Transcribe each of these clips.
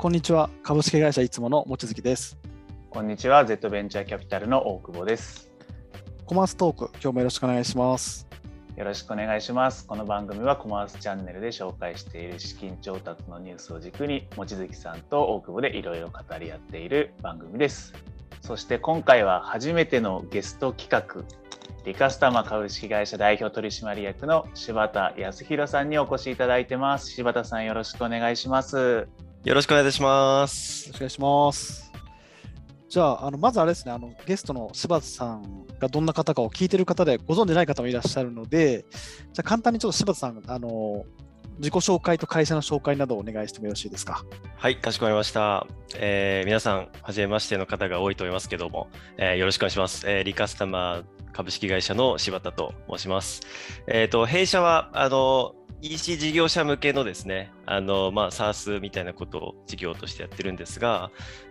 こんにちは。株式会社いつもの望月です。 こんにちは。Z ベンチャーキャピタルの大久保です。 コマーストーク、今日もよろしくお願いします。 よろしくお願いします。この番組はコマースチャンネルで紹介している資金調達のニュースを軸に、望月さんと大久保でいろいろ語り合っている番組です。そして今回は初めてのゲスト企画、リカスタマ株式会社代表取締役の柴田康弘さんにお越しいただいてます。柴田さん、よろしくお願いします。 よろしくお願いします。 よろしくお願いします。じゃあ、まずあれですね、ゲストの柴田さんがどんな方かを聞いている方でご存じない方もいらっしゃるので、じゃあ簡単にちょっと柴田さん、自己紹介と会社の紹介などをお願いしてもよろしいですか。 はい、かしこまりました。皆さん、はじめましての方が多いと思いますけども、よろしくお願いします。リカスタマー株式会社の柴田と申します。弊社はEC 事業者向けのですね、SaaS みたいなことを事業としてやってるんですが、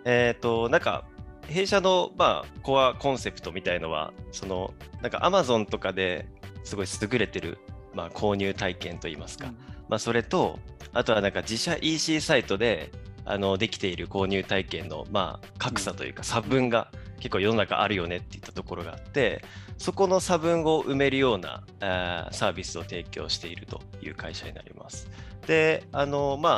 弊社の、コアコンセプトみたいのは、Amazon とかですごい優れてる、購入体験といいますか、それと、あとは自社 EC サイトでできている購入体験の、格差というか差分が結構世の中あるよねっていったところがあって、そこの差分を埋めるようなサービスを提供しているという会社になります。で、半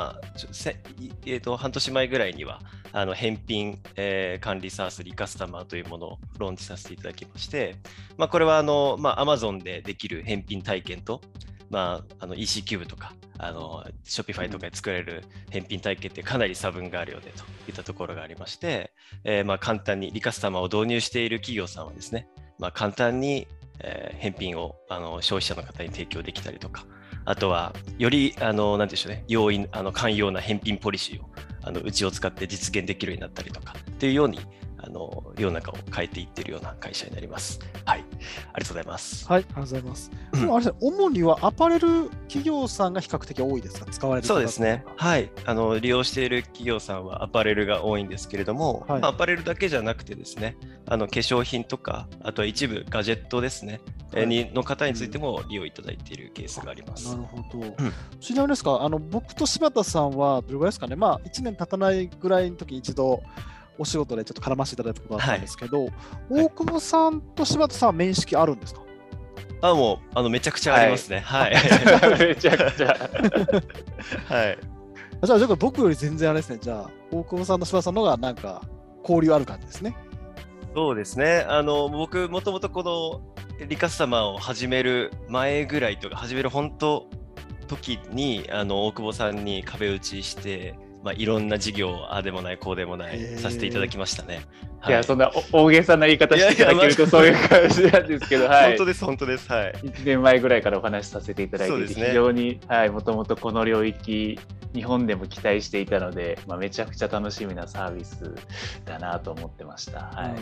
年前ぐらいには返品、管理サースリカスタマーというものをローンチさせていただきまして、これはAmazon でできる返品体験と、EC キューブとかShopify とかで作られる返品体験ってかなり差分があるよねといったところがありまして、簡単にリカスタマーを導入している企業さんはですね、簡単に、返品を消費者の方に提供できたりとか、あとはよりなんでしょうね、寛容な返品ポリシーをうちを使って実現できるようになったりとかっていうように世の中を変えていっているような会社になります。はい、ありがとうございます。 はい、ありがとうございます。でもあれですね、主にはアパレル企業さんが比較的多いですか、使われる方。 そうですね。はい、利用している企業さんはアパレルが多いんですけれども、 はい、 アパレルだけじゃなくてですね、化粧品とか、あとは一部ガジェットですね、の方についても利用いただいているケースがあります。 なるほど。ちなみにですか、僕と柴田さんはどれぐらいですかね、1年経たないぐらいの時に一度お仕事でちょっと絡ませていただいたことがあったんですけど、大久保さんと柴田さんは面識あるんですか？ もうめちゃくちゃありますね。はい。 めちゃくちゃ。 はい。 じゃあ僕より全然あれですね。じゃあ大久保さんと柴田さんの方が交流ある感じですね。 そうですね。僕もともとこのリカスタマーを始める前ぐらいとか始める時に大久保さんに壁打ちして。いろんな事業をああでもないこうでもないさせていただきましたね。 いや、そんな大げさな言い方していただけるとそういう感じなんですけど、はい、 本当です。はい。 1年前ぐらいからお話しさせていただいていて、非常にもともとこの領域日本でも期待していたので、めちゃくちゃ楽しみなサービスだなと思ってました。はい。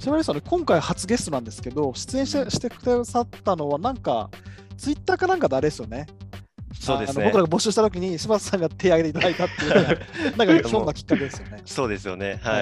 ちなみに今回初ゲストなんですけど、出演してくださったのはツイッターかなんかであれですよね。 そうですね。 僕らが募集したときに柴田さんが手を挙げていただいたっていうひょんなきっかけですよね。 そうですよね。はい。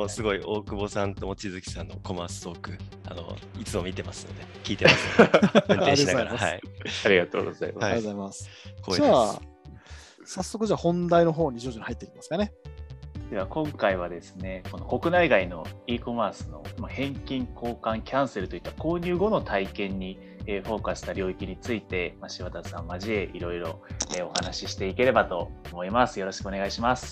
すごい大久保さんと望月さんのコマーストークいつも見てますので聞いてますので運転しながら。はい。 ありがとうございます。 ありがとうございます。じゃあ早速本題の方に徐々に入っていきますかね。 では今回はですね、この国内外の e コマースの返金、交換、キャンセルといった購入後の体験にフォーカスした領域について柴田さん交えいろいろお話ししていければと思います。よろしくお願いします。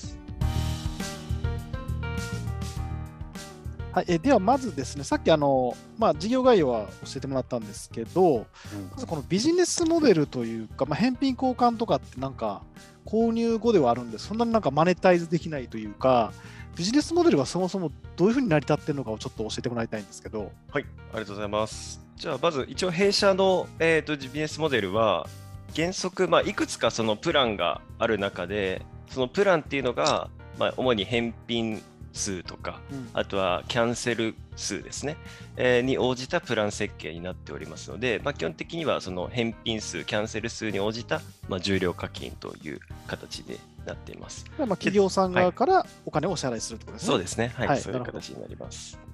はい、ではまずですね、さっき事業概要は教えてもらったんですけど、まずこのビジネスモデルというか、返品交換とかって購入後ではあるんで、そんなにマネタイズできないというか、ビジネスモデルがそもそもどういうふうに成り立っているのかをちょっと教えてもらいたいんですけど。 はい、ありがとうございます。じゃあまず一応弊社の、ビジネスモデルは原則、いくつかそのプランがある中で、そのプランっていうのが、主に返品数とか、あとはキャンセル数ですね、に応じたプラン設計になっておりますので、基本的にはその返品数、キャンセル数に応じた、重量課金という形でなっています。 企業さん側からお金をお支払いするということですね。 そうですね、はい、そういう形になります。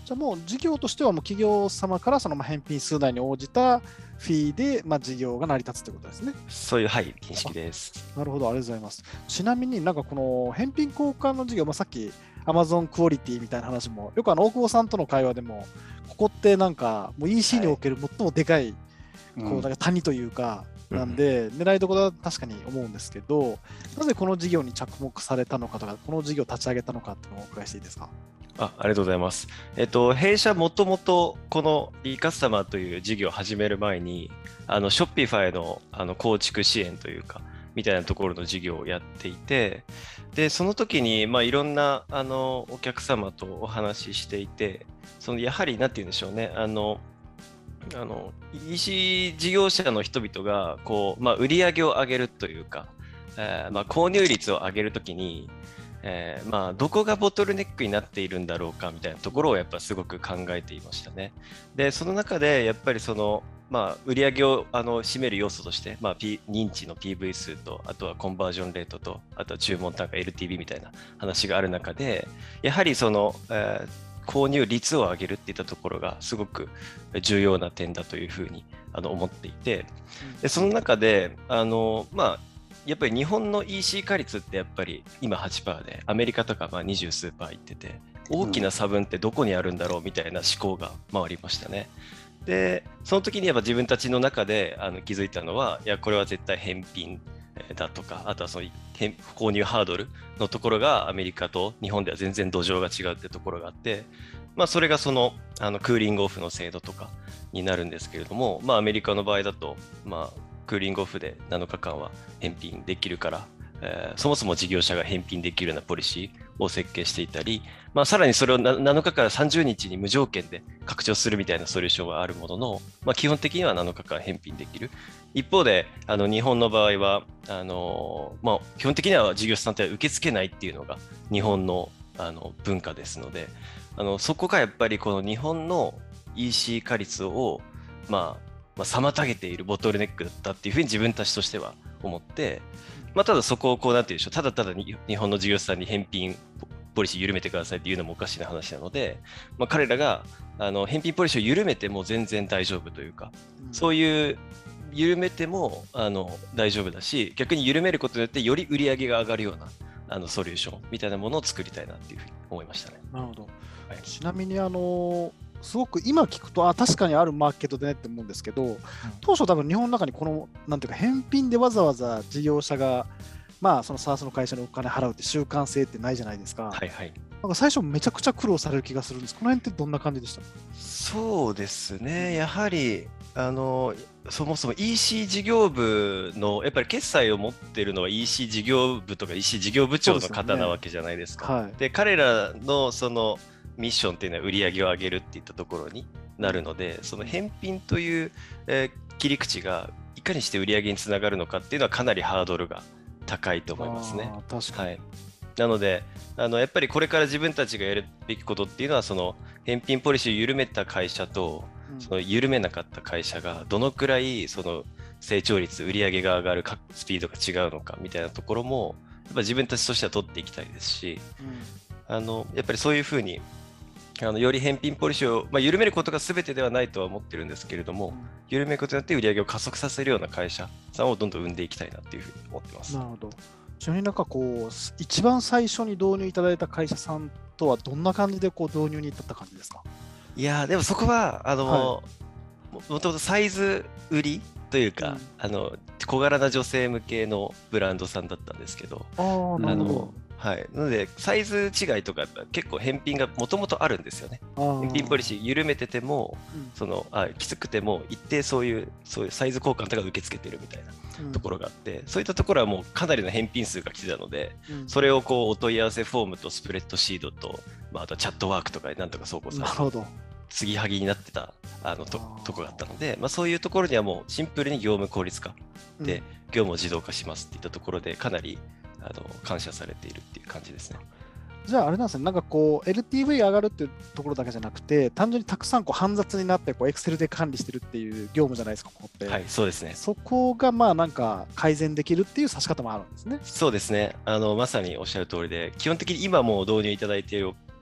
じゃあもう事業としてはもう企業様からその返品数内に応じたフィーで事業が成り立つということですね。 そういう、はい、認識です。 なるほど、ありがとうございます。ちなみになんかこの返品交換の事業、さっき Amazon クオリティみたいな話も、よく大久保さんとの会話でも、ここってなんかもう EC における最もでかい、こうなんか谷というか、なんで、狙いどころは確かに思うんですけど、なぜこの事業に着目されたのかとか、この事業を立ち上げたのかっていうのをお伺いしていいですか。 ありがとうございます。弊社もともとこの e カスタマーという事業を始める前に、Shopify の構築支援というか、みたいなところの事業をやっていて、で、その時に、いろんなお客様とお話ししていて、やはり、なんて言うんでしょうね、EC 事業者の人々が売り上げを上げるというか、購入率を上げるときに、どこがボトルネックになっているんだろうかみたいなところをやっぱすごく考えていましたね。で、その中でやっぱり売り上げを占める要素として、認知の PV 数と、あとはコンバージョンレートと、あとは注文単価 LTV みたいな話がある中で、やはり購入率を上げるっていったところがすごく重要な点だというふうに思っていて、でその中でやっぱり日本の EC 化率ってやっぱり今 8% でアメリカとか20数%いってて、大きな差分ってどこにあるんだろうみたいな思考が回りましたね。でその時にやっぱ自分たちの中で気づいたのは、いやこれは絶対返品だとか、あとは購入ハードルのところがアメリカと日本では全然土壌が違うってところがあって、それがクーリングオフの制度とかになるんですけれども、アメリカの場合だと、クーリングオフで7日間は返品できるから、そもそも事業者が返品できるようなポリシーを設計していたり、さらにそれを7日から30日に無条件で拡張するみたいなソリューションはあるものの、基本的には7日間返品できる。一方で日本の場合は基本的には事業者さんって受け付けないっていうのが日本の文化ですので、そこがやっぱりこの日本の EC 化率を妨げているボトルネックだったっていうふうに自分たちとしては思って、ただそこをなんていうんでしょう、ただただ日本の事業者さんに返品ポリシー緩めてくださいっていうのもおかしな話なので、彼らが返品ポリシーを緩めても全然大丈夫というか、そういう緩めても大丈夫だし、逆に緩めることによってより売り上げが上がるようなソリューションみたいなものを作りたいなっていうふうに思いましたね。 なるほど。はい、ちなみにすごく今聞くと確かにあるマーケットでねって思うんですけど、当初多分日本の中にこのなんていうか返品でわざわざ事業者がその SaaS の会社にお金払うって習慣性ってないじゃないですか。 はいはい。 なんか最初めちゃくちゃ苦労される気がするんです。この辺ってどんな感じでした？ そうですね。やはりそもそも EC 事業部のやっぱり決済を持っているのは EC 事業部とか EC 事業部長の方なわけじゃないですか。で、彼らのミッションっていうのは売り上げを上げるっていったところになるので、その返品という、切り口がいかにして売り上げにつながるのかっていうのはかなりハードルが高いと思いますね。 確かに。はい、 なのでやっぱりこれから自分たちがやるべきことっていうのは、返品ポリシーを緩めた会社と緩めなかった会社がどのくらい成長率、売り上げが上がるスピードが違うのかみたいなところもやっぱ自分たちとしては取っていきたいですし、やっぱりそういうふうにより返品ポリシーを、緩めることが全てではないとは思ってるんですけれども、緩めることによって売り上げを加速させるような会社さんをどんどん生んでいきたいなっていうふうに思ってます。 なるほど。ちなみになんか一番最初に導入いただいた会社さんとはどんな感じで導入に至った感じですか？ いやでもそこはもともとサイズ売りというか、小柄な女性向けのブランドさんだったんですけど、なのでサイズ違いとか結構返品がもともとあるんですよね。返品ポリシー緩めてても、きつくても一定そういうサイズ交換とか受け付けてるみたいなところがあって、そういったところはもうかなりの返品数が来てたので、それをお問い合わせフォームとスプレッドシードと、あとはチャットワークとかでなんとか走行されて継ぎはぎになってたところがあったので、そういうところにはもうシンプルに業務効率化で、業務を自動化しますっていったところでかなり感謝されているっていう感じですね。 じゃああれなんですね、なんかLTV 上がるっていうところだけじゃなくて、単純にたくさん煩雑になってExcel で管理してるっていう業務じゃないですか、ここって。 はい、そうですね。 そこがなんか改善できるっていう指し方もあるんですね。 そうですね。まさにおっしゃる通りで、基本的に今もう導入いただいている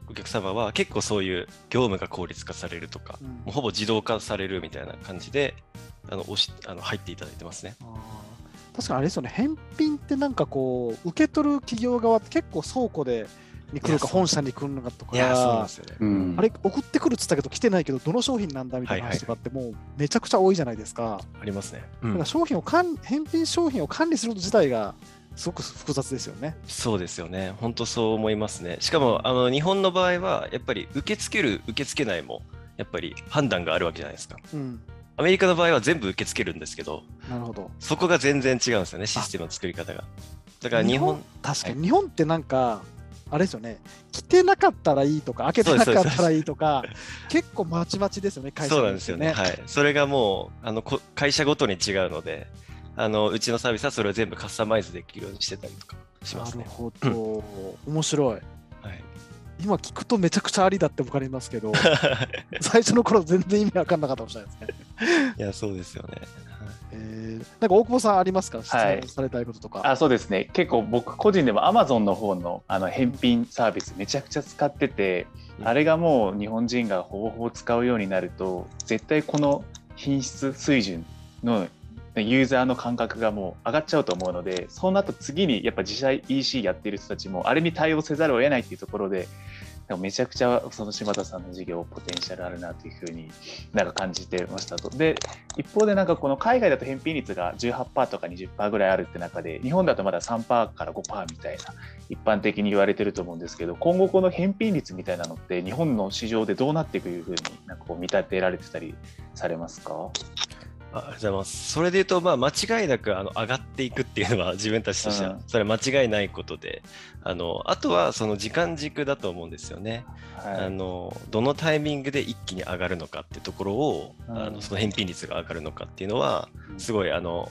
お客様は結構そういう業務が効率化されるとか、もうほぼ自動化されるみたいな感じで入っていただいてますね。 確かにあれですよね、返品ってなんかこう、受け取る企業側って結構倉庫に来るか本社に来るのかとか、あれ送ってくるっつったけど来てないけどどの商品なんだみたいな話とかってもうめちゃくちゃ多いじゃないですか。 ありますね。 だから返品商品を管理すること自体がすごく複雑ですよね。 そうですよね。本当そう思いますね。しかも日本の場合はやっぱり受け付ける受け付けないもやっぱり判断があるわけじゃないですか。アメリカの場合は全部受け付けるんですけど、 なるほど。 そこが全然違うんですよね、システムの作り方が。だから確かに日本ってなんか、あれですよね、着てなかったらいいとか、開けてなかったらいいとか、結構まちまちですよね、会社そうなんですよね。はい。それがもう会社ごとに違うので、うちのサービスはそれを全部カスタマイズできるようにしてたりとかしますね。なるほど。面白い。はい。今聞くとめちゃくちゃありだって分かりますけど、最初の頃全然意味わかんなかったかもしれないですね。 いや、そうですよね。 なんか大久保さんありますか、質問されたいこととか。 そうですね、結構僕個人でも Amazon の方の返品サービスめちゃくちゃ使ってて、あれがもう日本人がほぼほぼ使うようになると、絶対この品質水準のユーザーの感覚がもう上がっちゃうと思うので、そうなった次にやっぱ自社 EC やってる人たちもあれに対応せざるを得ないっていうところで、めちゃくちゃその柴田さんの事業ポテンシャルあるなというふうになんか感じてましたと。で一方でなんかこの海外だと返品率が 18% とか 20% ぐらいあるって中で、日本だとまだ 3% から 5% みたいな一般的に言われてると思うんですけど、今後この返品率みたいなのって日本の市場でどうなっていくいうふうになんかこう見立てられてたりされますか？ ありがとうございます。それで言うと、間違いなく上がっていくっていうのは自分たちとしてはそれは間違いないことで、あとはその時間軸だと思うんですよね。どのタイミングで一気に上がるのかっていうところを、その返品率が上がるのかっていうのはすごい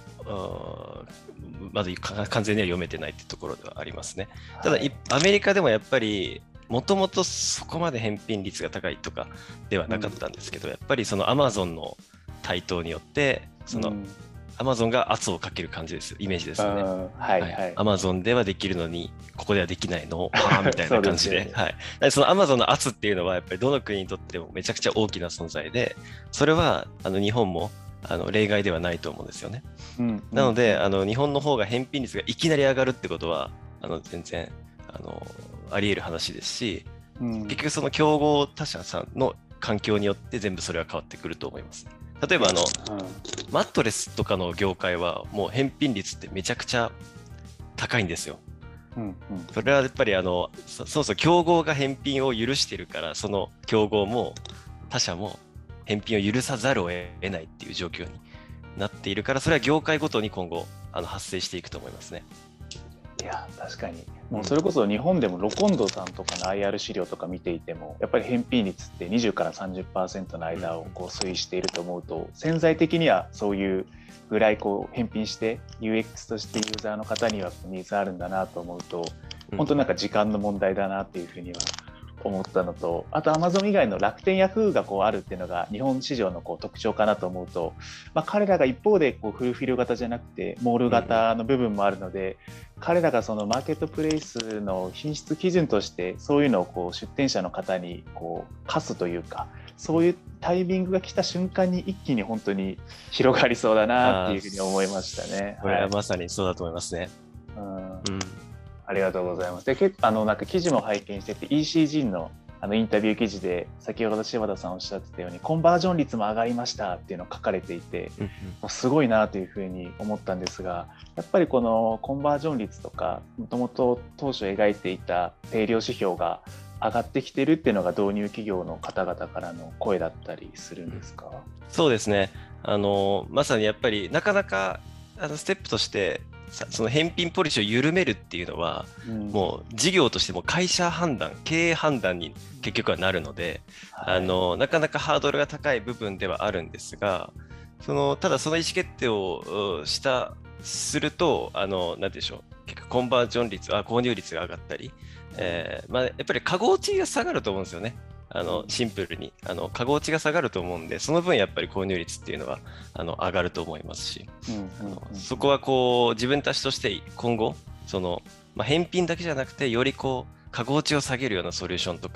まだ完全には読めてないっていうところではありますね。ただアメリカでもやっぱりもともとそこまで返品率が高いとかではなかったんですけど、やっぱりその Amazon の台頭によってそのアマゾンが圧をかける感じですイメージですよね。アマゾンではできるのにここではできないのみたいな感じで、そのアマゾンの圧っていうのはやっぱりどの国にとってもめちゃくちゃ大きな存在で、それは日本も例外ではないと思うんですよね。なので日本の方が返品率がいきなり上がるってことは全然あり得る話ですし、結局その競合他社さんの環境によって全部それは変わってくると思います。例えばマットレスとかの業界はもう返品率ってめちゃくちゃ高いんですよ。それはやっぱりそう競合が返品を許してるから、その競合も他社も返品を許さざるを得ないっていう状況になっているから、それは業界ごとに今後発生していくと思いますね。 いや確かにもうそれこそ日本でもロコンドさんとかの IR 資料とか見ていても、やっぱり返品率って20から 30% の間をこう推移していると思うと、潜在的にはそういうぐらいこう返品して UX としてユーザーの方にはニーズあるんだなと思うと、本当なんか時間の問題だなっていうふうには思ったのと、あと Amazon 以外の楽天ヤフーがこうあるっていうのが日本市場のこう特徴かなと思うと、彼らが一方でこうフルフィル型じゃなくてモール型の部分もあるので、彼らがそのマーケットプレイスの品質基準としてそういうのをこう出店者の方にこう課すというか、そういうタイミングが来た瞬間に一気に本当に広がりそうだなっていうふうに思いましたね。 これはまさにそうだと思いますね。 ありがとうございます。でなんか記事も拝見してて ECG のインタビュー記事で先ほど柴田さんおっしゃってたようにコンバージョン率も上がりましたっていうのを書かれていて、もうすごいなというふうに思ったんですが、やっぱりこのコンバージョン率とかもともと当初描いていた定量指標が上がってきてるっていうのが導入企業の方々からの声だったりするんですか？ そうですね。まさにやっぱりなかなかステップとしてその返品ポリシーを緩めるっていうのは、もう事業としても会社判断、経営判断に結局はなるので、なかなかハードルが高い部分ではあるんですが、ただその意思決定をすると何でしょう、結構コンバージョン率購入率が上がったり、やっぱりカゴ落ちが下がると思うんですよね。シンプルにカゴ落ちが下がると思うんで、その分やっぱり購入率っていうのは上がると思いますし、そこはこう自分たちとして今後返品だけじゃなくてよりこうカゴ落ちを下げるようなソリューションとか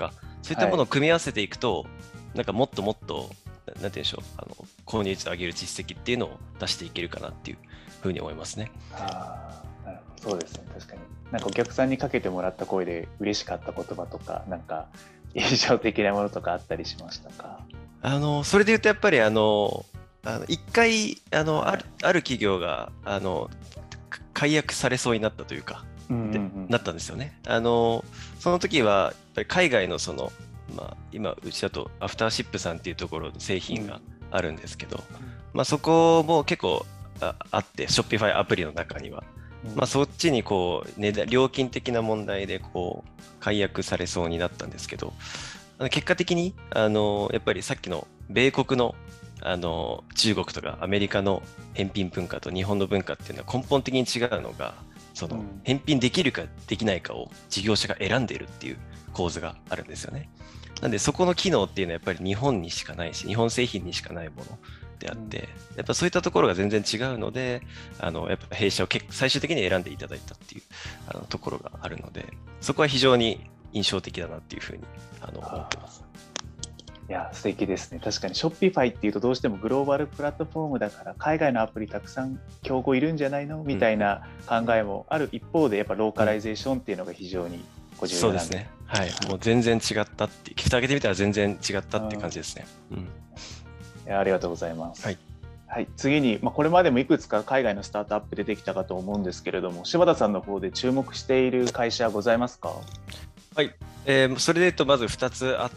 そういったものを組み合わせていくと、なんかもっともっと、なんて言うんでしょう、購入率を上げる実績っていうのを出していけるかなっていうふうに思いますね。 なるほど、そうですね、確かに。なんかお客さんにかけてもらった声で嬉しかった言葉とか、なんか印象的なものとかあったりしましたか？ それで言うとやっぱり一回ある企業が解約されそうになったというか、なったんですよね。その時はやっぱり海外の今うちだとアフターシップさんっていうところの製品があるんですけど、そこも結構あって、Shopify アプリの中には、そっちに料金的な問題で解約されそうになったんですけど、結果的にやっぱりさっきの米国の中国とかアメリカの返品文化と日本の文化っていうのは根本的に違うのが、返品できるかできないかを事業者が選んでいるっていう構図があるんですよね。なんでそこの機能っていうのはやっぱり日本にしかないし、日本製品にしかないものであって、やっぱそういったところが全然違うので、やっぱ弊社を最終的に選んでいただいたっていうところがあるので、そこは非常に印象的だなっていうふうに思ってます。 いや、素敵ですね。確かに Shopify っていうとどうしてもグローバルプラットフォームだから海外のアプリたくさん競合いるんじゃないのみたいな考えもある一方で、やっぱローカライゼーションっていうのが非常にご重要なんで。 そうですね。はい。もう全然違ったって蓋開けてみたら全然違ったっていう感じですね。 いや、ありがとうございます。 はい。 はい、次に、これまでもいくつか海外のスタートアップ出てきたかと思うんですけれども、柴田さんの方で注目している会社ございますか？ はい、それで言うとまず2つあって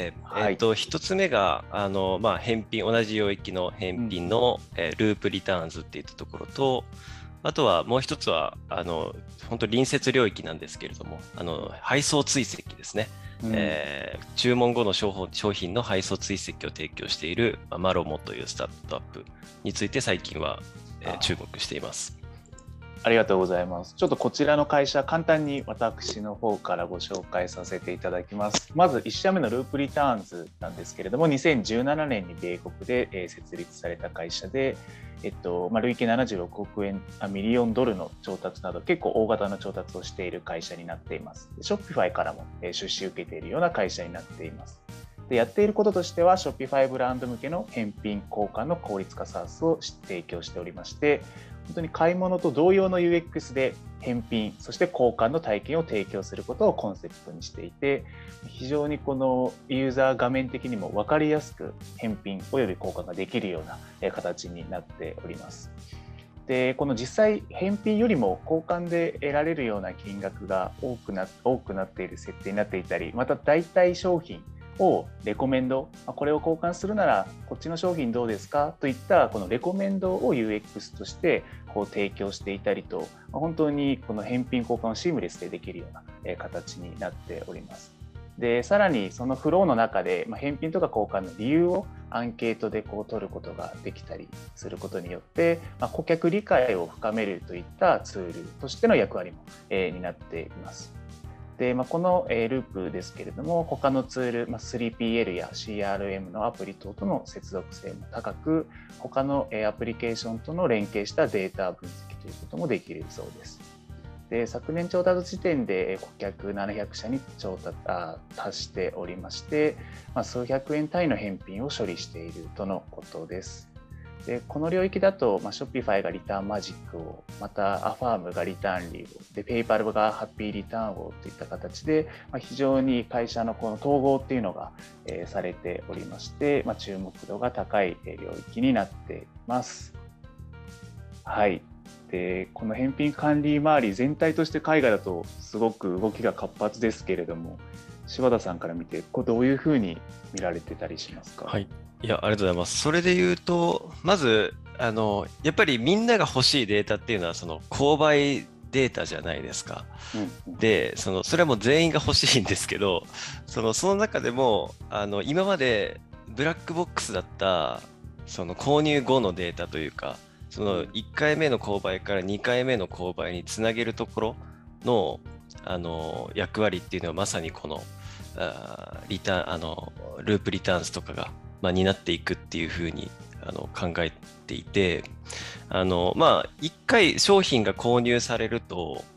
、1つ目が返品、同じ領域の返品の、ループリターンズっていったところと、あとはもう一つは本当隣接領域なんですけれども、配送追跡ですね。注文後の商品の配送追跡を提供しているマロモというスタートアップについて最近は、注目しています。 ありがとうございます。ちょっとこちらの会社、簡単に私の方からご紹介させていただきます。まず1社目のループリターンズなんですけれども、2017年に米国で設立された会社で、累計76億円、ミリオンドルの調達など結構大型の調達をしている会社になっています。Shopify からも出資を受けているような会社になっています。で、やっていることとしては Shopify ブランド向けの返品交換の効率化サービスを提供しておりまして、本当に買い物と同様の UX で返品、そして交換の体験を提供することをコンセプトにしていて、非常にこのユーザー画面的にも分かりやすく返品および交換ができるような形になっております。で、この実際返品よりも交換で得られるような金額が多くなっている設定になっていたり、また代替商品をレコメンド、これを交換するならこっちの商品どうですかといったこのレコメンドを UX として提供していたりと、本当にこの返品交換をシームレスでできるような形になっております。で、さらにそのフローの中で返品とか交換の理由をアンケートで取ることができたりすることによって顧客理解を深めるといったツールとしての役割も担っています。で、このループですけれども、他のツール、3PL や CRM のアプリ等との接続性も高く、他のアプリケーションとの連携したデータ分析ということもできるそうです。で、昨年調達時点で顧客700社に達しておりまして、数百円単位の返品を処理しているとのことです。で、この領域だと、Shopify がリターンマジックを、またアファームがリターンリーを、で、PayPal がハッピーリターンをといった形で、非常に会社のこの統合っていうのが、されておりまして、注目度が高い領域になっています。はい。で、この返品管理周り全体として海外だとすごく動きが活発ですけれども、柴田さんから見てどういうふうに見られてたりしますか？ はい。いや、ありがとうございます。それで言うと、まずやっぱりみんなが欲しいデータっていうのはその購買データじゃないですか。で、それはもう全員が欲しいんですけど、その中でも今までブラックボックスだったその購入後のデータというか、その1回目の購買から2回目の購買につなげるところの役割っていうのはまさにこのループリターンズとかが担っていくっていうふうに考えていて、1回商品が購入されると、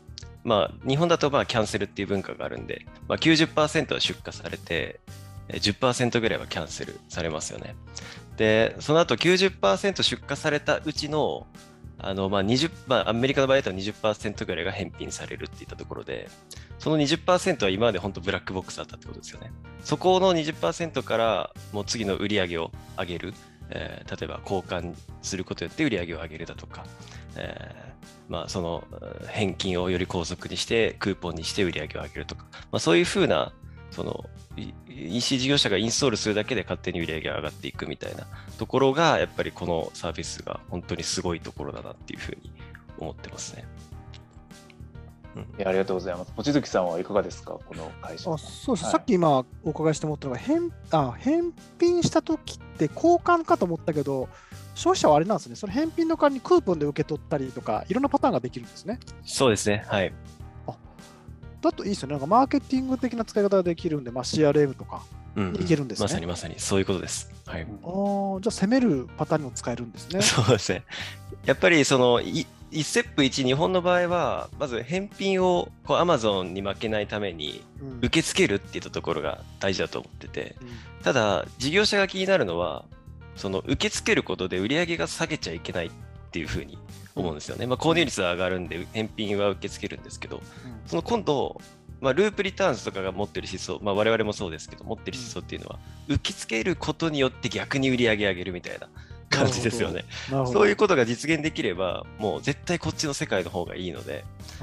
日本だとキャンセルっていう文化があるんで、90% は出荷されて、10% ぐらいはキャンセルされますよね。で、その後 90% 出荷されたうちの、アメリカの場合だと 20% ぐらいが返品されるっていったところで、その 20% は今まで本当ブラックボックスだったってことですよね。そこの 20% からもう次の売り上げを上げる、例えば交換することによって売り上げを上げるだとか、その返金をより高速にしてクーポンにして売り上げを上げるとか、そういうふうなその EC 事業者がインストールするだけで勝手に売り上げが上がっていくみたいなところがやっぱりこのサービスが本当にすごいところだなっていうふうに思ってますね。 ありがとうございます。望月さんはいかがですか、この会社。 そうです、さっき今お伺いして思ったのが返品した時って交換かと思ったけど、消費者はあれなんですね、その返品の代わりにクーポンで受け取ったりとかいろんなパターンができるんですね。 そうですね、はい。 だといいですよね。なんかマーケティング的な使い方ができるんで、CRM とかいけるんですね。 まさにそういうことです。はい。 じゃあ攻めるパターンにも使えるんですね。 そうですね。やっぱりその1ステップ1、日本の場合はまず返品をAmazon に負けないために受け付けるっていったところが大事だと思ってて、ただ事業者が気になるのはその受け付けることで売り上げが下げちゃいけないっていうふうに思うんですよね。購入率は上がるんで返品は受け付けるんですけど、その今度、ループリターンズとかが持ってる思想、我々もそうですけど持ってる思想っていうのは受け付けることによって逆に売り上げ上げるみたいな感じですよね。そういうことが実現できればもう絶対こっちの世界の方がいいので、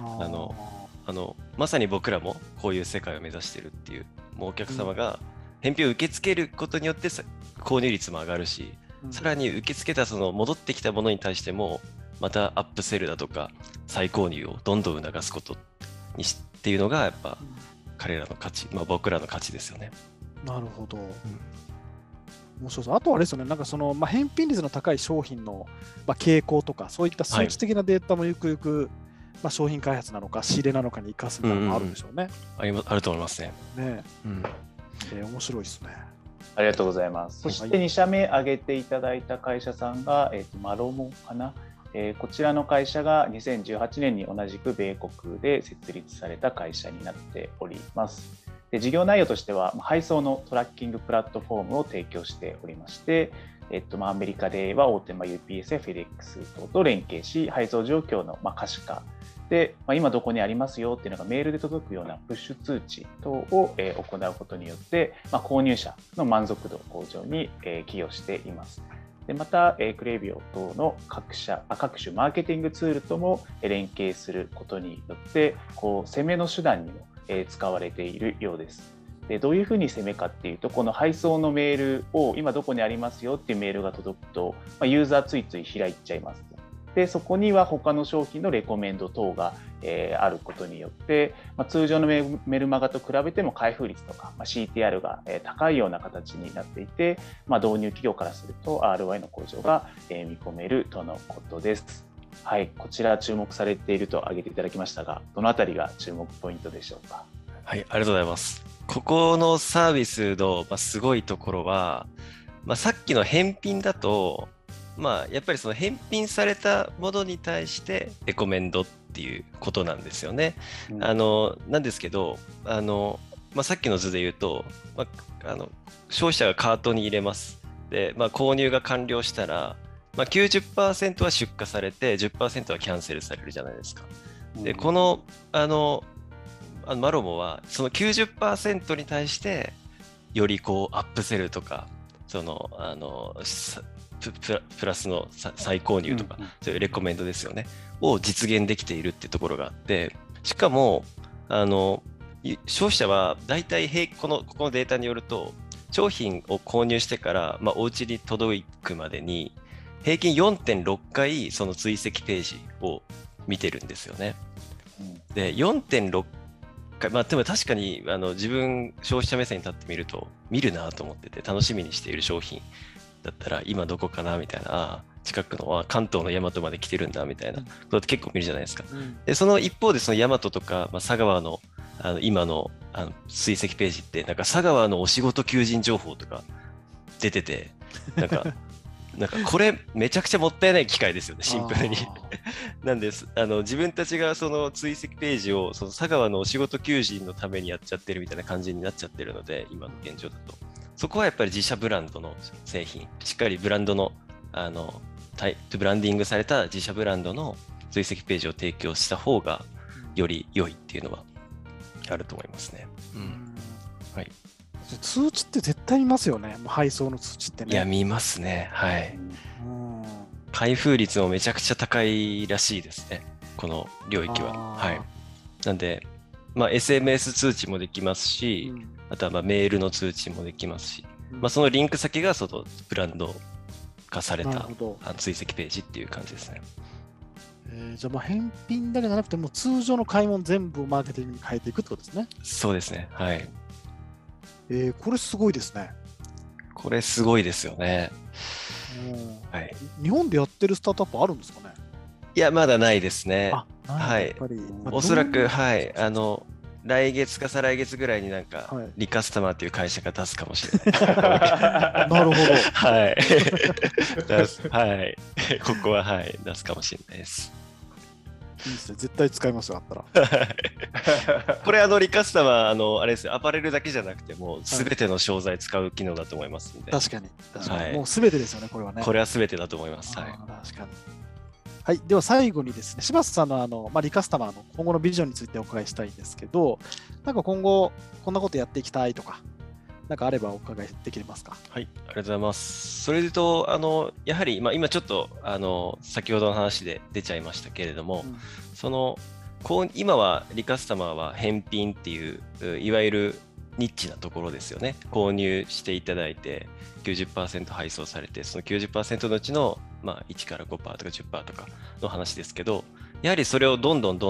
まさに僕らもこういう世界を目指してるっていう、もうお客様が返品を受け付けることによって購入率も上がるし、さらに受け付けたその戻ってきたものに対してもまたアップセルだとか再購入をどんどん促すことにっていうのがやっぱ彼らの価値、僕らの価値ですよね。 なるほど。面白そう。あとはあれですよね、なんかその、返品率の高い商品の、傾向とか、そういった数値的なデータもゆくゆく、商品開発なのか仕入れなのかに生かすみたいなのもあるんでしょうね。 あると思いますね。 面白いですね。 ありがとうございます。そして2社目挙げていただいた会社さんが、マロモかな。こちらの会社が2018年に同じく米国で設立された会社になっております。で、事業内容としては配送のトラッキングプラットフォームを提供しておりまして、アメリカでは大手UPS や FedEx 等と連携し、配送状況の可視化で、今どこにありますよっていうのがメールで届くようなプッシュ通知等を行うことによって、購入者の満足度向上に寄与しています。でまた、クレビオ等の各種マーケティングツールとも連携することによって攻めの手段にも使われているようです。でどういうふうに攻めかっていうと、この配送のメールを今どこにありますよっていうメールが届くと、ユーザーついつい開いちゃいます。でそこには他の商品のレコメンド等があることによって、通常のメルマガと比べても開封率とか CTR が高いような形になっていて、導入企業からすると ROI の向上が見込めるとのことです。はい、こちら注目されていると挙げていただきましたが、どのあたりが注目ポイントでしょうか。 はい、ありがとうございます。ここのサービスのすごいところは、さっきの返品だとやっぱりその返品されたものに対してレコメンドっていうことなんですよね。なんですけどさっきの図で言うと、消費者がカートに入れます。で、購入が完了したら、90% は出荷されて 10% はキャンセルされるじゃないですか。でこのマロモはその 90% に対してよりアップセルとかプラスの再購入とか、そういうレコメンドですよねを実現できているっていうところがあって、しかも消費者はだいたいここのデータによると、商品を購入してからお家に届くまでに平均 4.6 回その追跡ページを見てるんですよね。で 4.6 回、でも確かに自分消費者目線に立ってみると見るなと思ってて、楽しみにしている商品だったら今どこかなみたいな、近くの関東の大和まで来てるんだみたいなことって結構見るじゃないですか。でその一方でその大和とか、佐川の今の追跡ページってなんか佐川のお仕事求人情報とか出てて、なんかなんかこれめちゃくちゃもったいない機械ですよね、シンプルに。なんです。自分たちがその追跡ページをその佐川のお仕事求人のためにやっちゃってるみたいな感じになっちゃってるので、今の現状だと。そこはやっぱり自社ブランドの製品、しっかりブランドの、ブランディングされた自社ブランドの追跡ページを提供した方がより良いっていうのはあると思いますね。はい。 通知って絶対見ますよね、配送の通知ってね。 いや、見ますね。はい。開封率もめちゃくちゃ高いらしいですね、この領域は。はい。なんで、SMS 通知もできますし、あとはメールの通知もできますし、そのリンク先がそのブランド化された追跡ページっていう感じですね。 じゃあ返品だけじゃなくて、もう通常の買い物全部マーケティングに変えていくってことですね。 そうですね。はい。 これすごいですね。 これすごいですよね。はい。 日本でやってるスタートアップあるんですかね？ いや、まだないですね。 はい。 おそらく、はい。来月か再来月ぐらいになんか、リカスタマーという会社が出すかもしれない。 なるほど。 はい。はい。ここは、はい、出すかもしれないです。 いいですね。絶対使いますよ、あったら。これ、リカスタマー、あれですよ、アパレルだけじゃなくて、もうすべての商材使う機能だと思いますんで。 確かに。もうすべてですよね、これはね。 これはすべてだと思います。はい。 確かに。はい、では最後にですね、柴田さんのリカスタマーの今後のビジョンについてお伺いしたいんですけど、なんか今後こんなことやっていきたいとか、なんかあればお伺いできますか？ はい、ありがとうございます。それでと、やはり、今ちょっと先ほどの話で出ちゃいましたけれども、今はリカスタマーは返品っていう、いわゆるニッチなところですよね。購入していただいて 90% 配送されて、その 90% のうちの、1から 5% とか 10% とかの話ですけど、やはりそれをどんどん、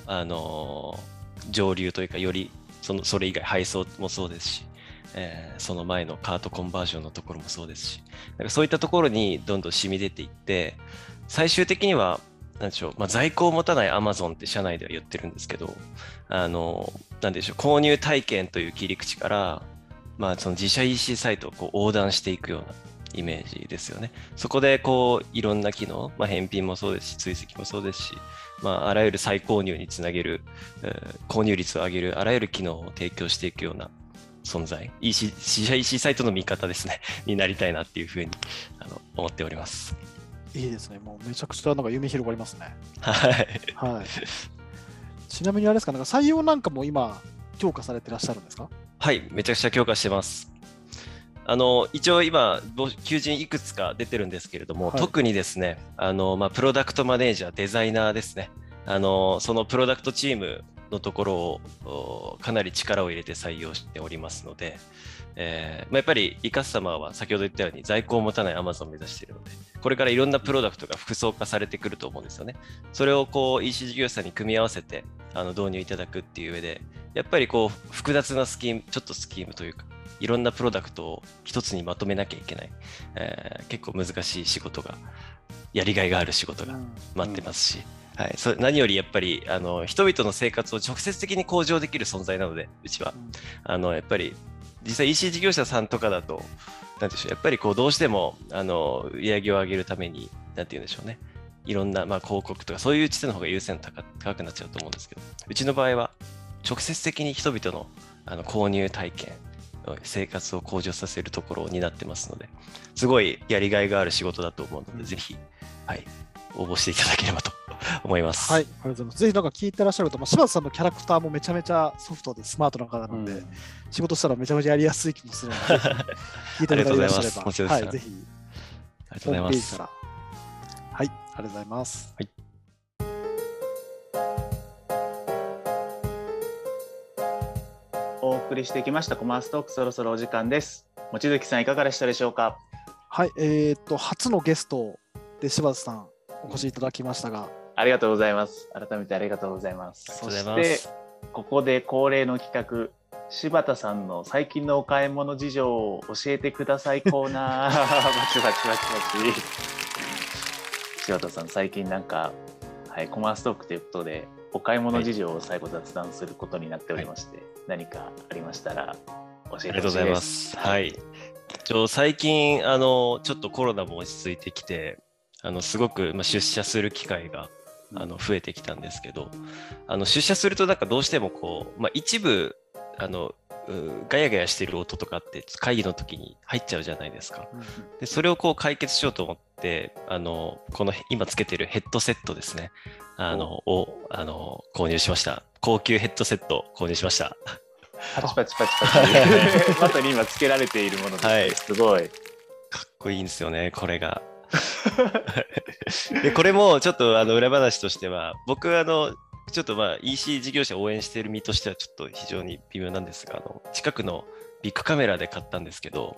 上流というか、よりそれ以外配送もそうですし、その前のカートコンバージョンのところもそうですし、そういったところにどんどん染み出ていって、最終的にはなんでしょう、在庫を持たない Amazon って社内では言ってるんですけど、なんでしょう、購入体験という切り口から、その自社 EC サイトを横断していくようなイメージですよね。そこでいろんな機能、返品もそうですし、追跡もそうですし、あらゆる再購入につなげる、購入率を上げるあらゆる機能を提供していくような存在、自社 EC サイトの味方ですね、になりたいなっていうふうに思っております。 いいですね。もうめちゃくちゃなんか夢広がりますね。 はい。 はい。ちなみにあれですか、なんか採用なんかも今強化されてらっしゃるんですか？ はい、めちゃくちゃ強化してます。一応今、求人いくつか出てるんですけれども、特にですね、プロダクトマネージャー、デザイナーですね、そのプロダクトチームのところをかなり力を入れて採用しておりますので、やっぱりリカスタマーは先ほど言ったように在庫を持たない Amazon を目指しているので、これからいろんなプロダクトが複層化されてくると思うんですよね。それをEC 事業者に組み合わせて導入いただくっていう上で、やっぱり複雑なスキームというか、いろんなプロダクトを一つにまとめなきゃいけない、結構難しい仕事が、やりがいがある仕事が待ってますし、はい、何よりやっぱり人々の生活を直接的に向上できる存在なので、うちはやっぱり実際 EC 事業者さんとかだと、なんでしょう、やっぱりどうしても売り上げを上げるために、なんて言うんでしょうね、いろんな広告とかそういう地点の方が優先度高くなっちゃうと思うんですけど、うちの場合は直接的に人々の購入体験、生活を向上させるところになってますので、すごいやりがいがある仕事だと思うので、ぜひ、はい、応募していただければと思います。 はい、ありがとうございます。ぜひなんか聞いてらっしゃると、柴田さんのキャラクターもめちゃめちゃソフトでスマートな方なので、仕事したらめちゃめちゃやりやすい気もするので、聞いていただけらっしゃれば、はい、ぜひ、 ありがとうございます。 はい、ありがとうございます。 はい。 お送りしてきましたコマーストーク、そろそろお時間です。望月さん、いかがでしたでしょうか？ はい、初のゲストで柴田さんお越しいただきましたが、 ありがとうございます。改めてありがとうございます。そしてここで恒例の企画、柴田さんの最近のお買い物事情を教えてくださいコーナー。バチバチバチバチ。柴田さん、最近なんか、はい、コマーストークということでお買い物事情を最後雑談することになっておりまして、何かありましたら教えてほしいです。 ありがとうございます。はい。 最近ちょっとコロナも落ち着いてきてすごく、出社する機会が増えてきたんですけど、出社するとなんかどうしてもこう、一部ガヤガヤしてる音とかって会議の時に入っちゃうじゃないですか。でそれをこう解決しようと思ってこの今つけてるヘッドセットですね購入しました。高級ヘッドセット購入しました。 パチパチパチパチまさに今つけられているものですね、はい、すごいかっこいいんですよねこれが。でこれもちょっと裏話としては僕ちょっとEC 事業者を応援している身としてはちょっと非常に微妙なんですが近くのビッグカメラで買ったんですけど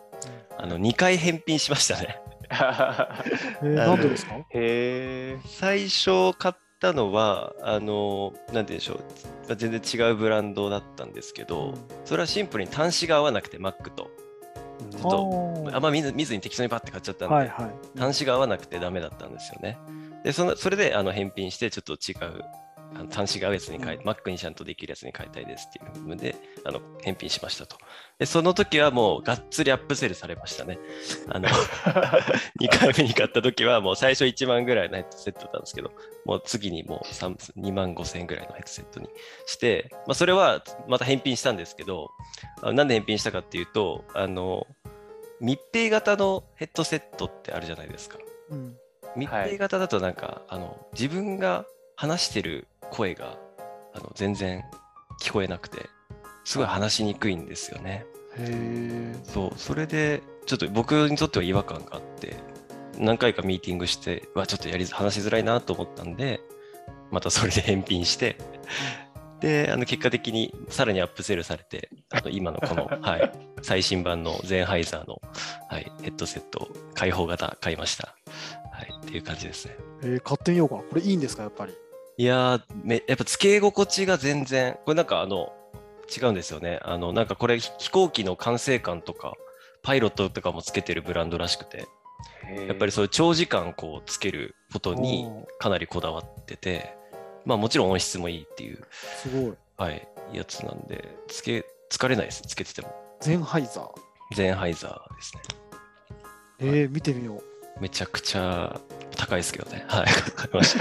2回返品しましたね。 なんでですか？ 最初買ったのはなんて言うんでしょう、全然違うブランドだったんですけど、それはシンプルに端子が合わなくて Mac とちょっとあんま見ずに適当にパッて買っちゃったんで、端子が合わなくてダメだったんですよね。でそれで返品してちょっと違う端子が合うやつに変えて、Mac にちゃんとできるやつに変えたいですっていうので返品しましたと。でその時はもうがっつりアップセルされましたね。2回目に買った時はもう最初1万ぐらいのヘッドセットだったんですけど、もう次にもう2万5千円ぐらいのヘッドセットにして、それはまた返品したんですけど、なんで返品したかっていうと密閉型のヘッドセットってあるじゃないですか。密閉型だとなんか、自分が話してる声が全然聞こえなくてすごい話しにくいんですよね。それでちょっと僕にとっては違和感があって何回かミーティングしてちょっと話しづらいなと思ったんでまたそれで返品してで結果的にさらにアップセルされて今のこの、最新版のゼンハイザーの、ヘッドセット開放型買いました、っていう感じですね。 買ってみようかな。これいいんですかやっぱり？ いややっぱつけ心地が全然これなんか違うんですよね。なんかこれ飛行機の管制官とかパイロットとかもつけてるブランドらしくて、やっぱりそういう長時間こうつけることにかなりこだわってて、もちろん音質もいいっていうすごい、 やつなんで疲れないです。つけてても。 ゼンハイザーですね。見てみよう。 めちゃくちゃ高いですけどね。買いました。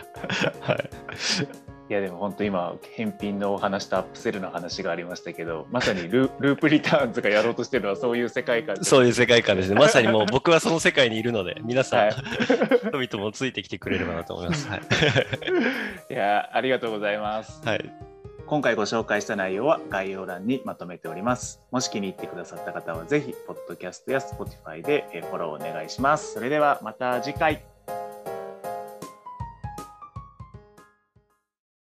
いやでも本当今返品のお話とアップセルの話がありましたけど、まさにループリターンズがやろうとしてるのはそういう世界観です。 そういう世界観ですね。まさにもう僕はその世界にいるので皆さん、人々もついてきてくれればなと思います。 いやありがとうございます。今回ご紹介した内容は概要欄にまとめております。もし気に入ってくださった方はぜひポッドキャストや Spotify でフォローお願いします。それではまた次回。